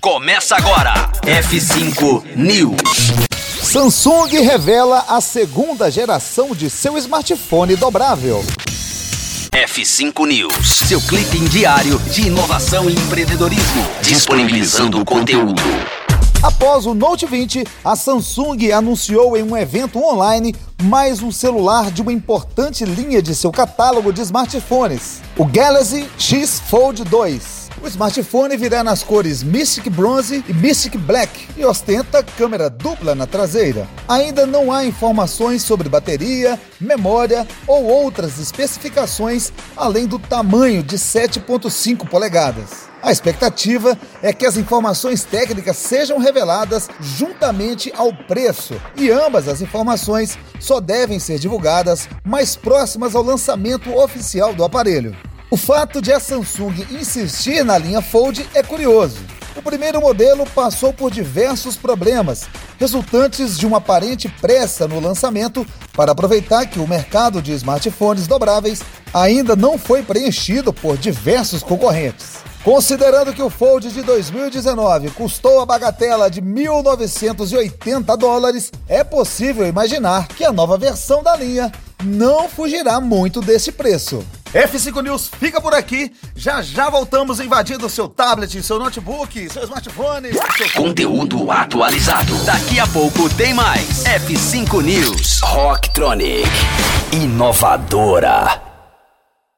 Começa agora. F5 News. Samsung revela a segunda geração de seu smartphone dobrável. F5 News, seu clipe diário de inovação e empreendedorismo, disponibilizando o conteúdo. Após o Note 20, a Samsung anunciou em um evento online mais um celular de uma importante linha de seu catálogo de smartphones, o Galaxy X Fold 2. O smartphone virá nas cores Mystic Bronze e Mystic Black e ostenta câmera dupla na traseira. Ainda não há informações sobre bateria, memória ou outras especificações além do tamanho de 7,5 polegadas. A expectativa é que as informações técnicas sejam reveladas juntamente ao preço, e ambas as informações só devem ser divulgadas mais próximas ao lançamento oficial do aparelho. O fato de a Samsung insistir na linha Fold é curioso. O primeiro modelo passou por diversos problemas, resultantes de uma aparente pressa no lançamento para aproveitar que o mercado de smartphones dobráveis ainda não foi preenchido por diversos concorrentes. Considerando que o Fold de 2019 custou a bagatela de $1.980, é possível imaginar que a nova versão da linha não fugirá muito desse preço. F5 News fica por aqui. Já voltamos invadindo seu tablet, seu notebook, seu smartphone. Conteúdo atualizado. Daqui a pouco tem mais. F5 News. Rocktronic. Inovadora.